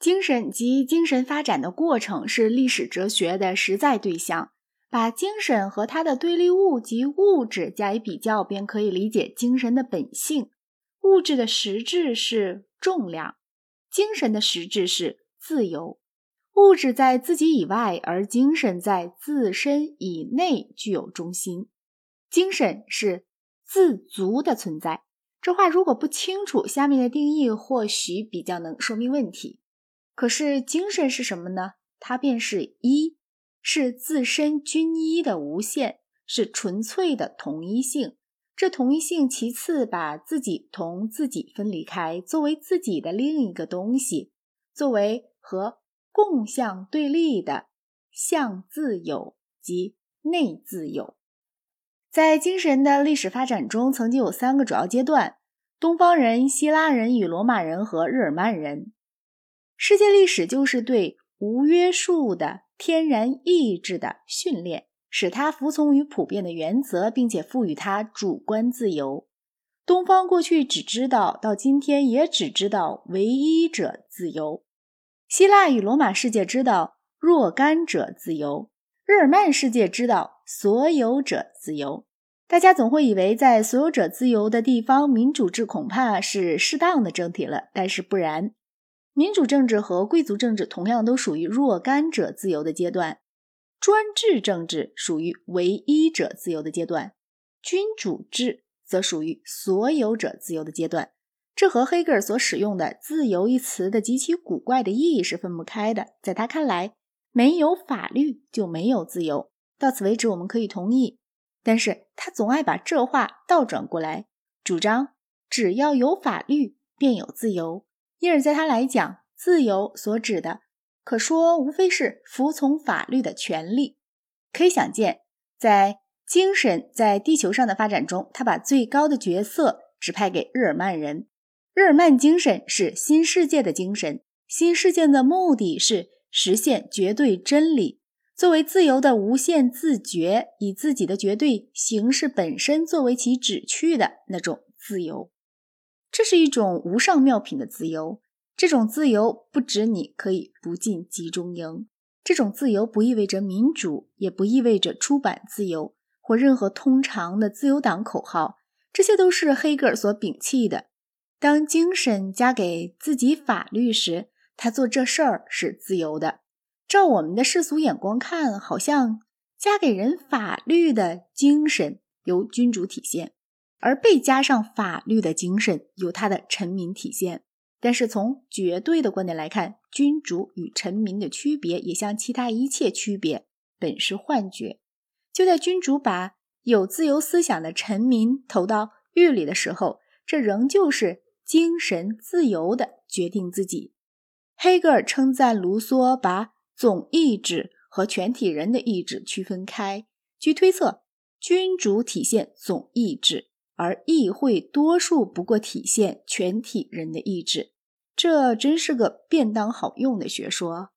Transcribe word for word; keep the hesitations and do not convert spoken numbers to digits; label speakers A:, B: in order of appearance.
A: 精神及精神发展的过程是历史哲学的实在对象，把精神和它的对立物及物质加以比较，便可以理解精神的本性。物质的实质是重量，精神的实质是自由。物质在自己以外，而精神在自身以内具有中心。精神是自足的存在。这话如果不清楚，下面的定义或许比较能说明问题。可是精神是什么呢？它便是一，是自身均一的无限，是纯粹的同一性。这同一性其次把自己同自己分离开，作为自己的另一个东西，作为和共相对立的相自有及内自有。在精神的历史发展中，曾经有三个主要阶段：东方人、希腊人与罗马人和日耳曼人。世界历史就是对无约束的天然意志的训练，使它服从于普遍的原则，并且赋予它主观自由。东方过去只知道，到今天也只知道唯一者自由。希腊与罗马世界知道若干者自由，日耳曼世界知道所有者自由。大家总会以为在所有者自由的地方，民主制恐怕是适当的政体了，但是不然。民主政治和贵族政治同样都属于若干者自由的阶段，专制政治属于唯一者自由的阶段，君主制则属于所有者自由的阶段。这和黑格尔所使用的自由一词的极其古怪的意义是分不开的。在他看来，没有法律就没有自由。到此为止我们可以同意，但是他总爱把这话倒转过来，主张只要有法律便有自由。因而在他来讲，自由所指的可说无非是服从法律的权利。可以想见，在精神在地球上的发展中，他把最高的角色指派给日耳曼人。日耳曼精神是新世界的精神，新世界的目的是实现绝对真理，作为自由的无限自觉，以自己的绝对形式本身作为其旨趣的那种自由。这是一种无上妙品的自由，这种自由不止你可以不进集中营，这种自由不意味着民主，也不意味着出版自由或任何通常的自由党口号，这些都是黑格尔所摒弃的。当精神加给自己法律时，他做这事儿是自由的。照我们的世俗眼光看，好像加给人法律的精神由君主体现，而被加上法律的精神由他的臣民体现。但是从绝对的观点来看，君主与臣民的区别也像其他一切区别本是幻觉。就在君主把有自由思想的臣民投到狱里的时候，这仍旧是精神自由的决定自己。黑格尔称赞卢梭把总意志和全体人的意志区分开。据推测，君主体现总意志，而议会多数不过体现全体人的意志。这真是个便当好用的学说。